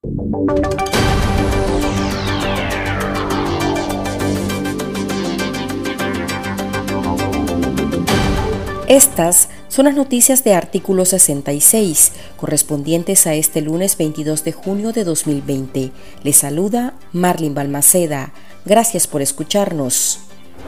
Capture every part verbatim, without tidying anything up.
Estas son las noticias de Artículo sesenta y seis, correspondientes a este lunes veintidós de junio de dos mil veinte. Les saluda Marlin Balmaceda. Gracias por escucharnos.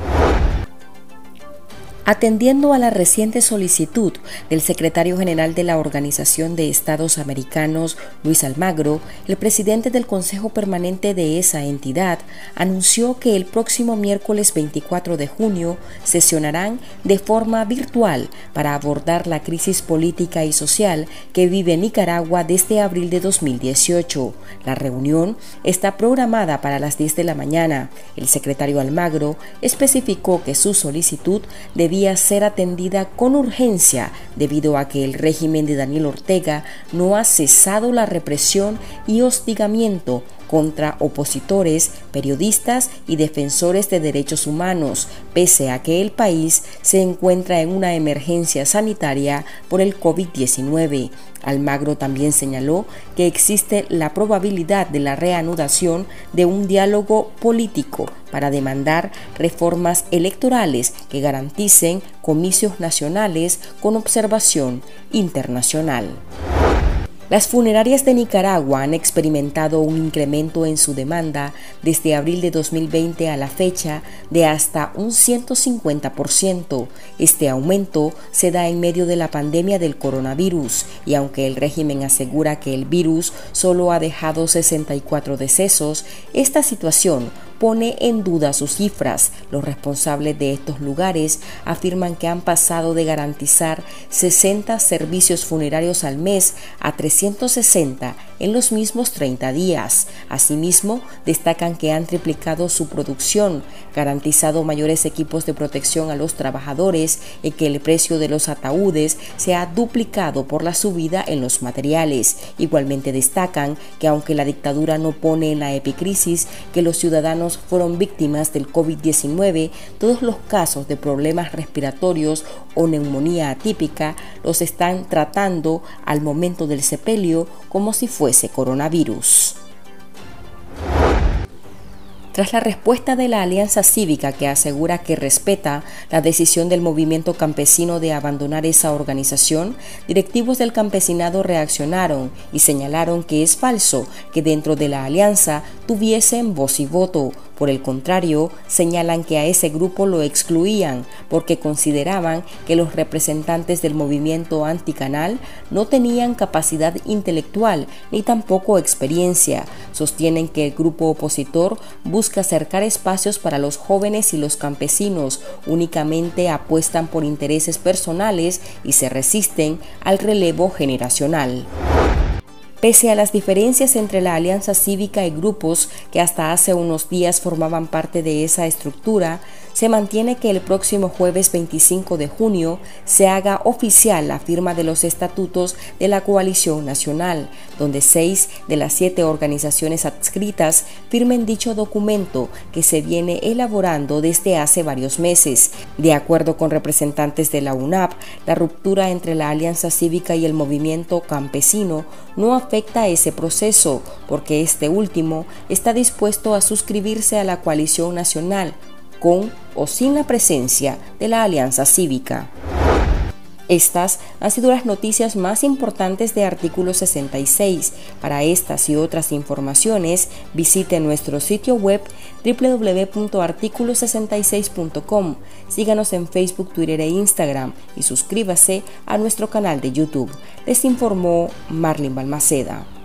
Atendiendo a la reciente solicitud del secretario general de la Organización de Estados Americanos, Luis Almagro, el presidente del Consejo Permanente de esa entidad anunció que el próximo miércoles veinticuatro de junio sesionarán de forma virtual para abordar la crisis política y social que vive Nicaragua desde abril de dos mil dieciocho. La reunión está programada para las diez de la mañana. El secretario Almagro especificó que su solicitud debía ser atendida con urgencia debido a que el régimen de Daniel Ortega no ha cesado la represión y hostigamiento contra opositores, periodistas y defensores de derechos humanos, pese a que el país se encuentra en una emergencia sanitaria por el COVID diecinueve. Almagro también señaló que existe la probabilidad de la reanudación de un diálogo político para demandar reformas electorales que garanticen comicios nacionales con observación internacional. Las funerarias de Nicaragua han experimentado un incremento en su demanda desde abril de dos mil veinte a la fecha de hasta un ciento cincuenta por ciento. Este aumento se da en medio de la pandemia del coronavirus y aunque el régimen asegura que el virus solo ha dejado sesenta y cuatro decesos, esta situación pone en duda sus cifras. Los responsables de estos lugares afirman que han pasado de garantizar sesenta servicios funerarios al mes a trescientos sesenta en los mismos treinta días. Asimismo, destacan que han triplicado su producción, garantizado mayores equipos de protección a los trabajadores y que el precio de los ataúdes se ha duplicado por la subida en los materiales. Igualmente destacan que aunque la dictadura no pone en la epicrisis que los ciudadanos fueron víctimas del COVID diecinueve, todos los casos de problemas respiratorios o neumonía atípica los están tratando al momento del sepelio como si fuese coronavirus. Tras la respuesta de la Alianza Cívica, que asegura que respeta la decisión del movimiento campesino de abandonar esa organización, directivos del campesinado reaccionaron y señalaron que es falso que dentro de la alianza tuviesen voz y voto. Por el contrario, señalan que a ese grupo lo excluían porque consideraban que los representantes del movimiento anticanal no tenían capacidad intelectual ni tampoco experiencia. Sostienen que el grupo opositor busca acercar espacios para los jóvenes y los campesinos, únicamente apuestan por intereses personales y se resisten al relevo generacional. Pese a las diferencias entre la Alianza Cívica y grupos que hasta hace unos días formaban parte de esa estructura, se mantiene que el próximo jueves veinticinco de junio se haga oficial la firma de los estatutos de la Coalición Nacional, donde seis de las siete organizaciones adscritas firmen dicho documento que se viene elaborando desde hace varios meses. De acuerdo con representantes de la U N A P, la ruptura entre la Alianza Cívica y el movimiento campesino no afecta ese proceso, porque este último está dispuesto a suscribirse a la Coalición Nacional, con o sin la presencia de la Alianza Cívica. Estas han sido las noticias más importantes de Artículo sesenta y seis. Para estas y otras informaciones, visite nuestro sitio web doble u doble u doble u punto artículo sesenta y seis punto com. Síganos en Facebook, Twitter e Instagram y suscríbase a nuestro canal de YouTube. Les informó Marlin Balmaceda.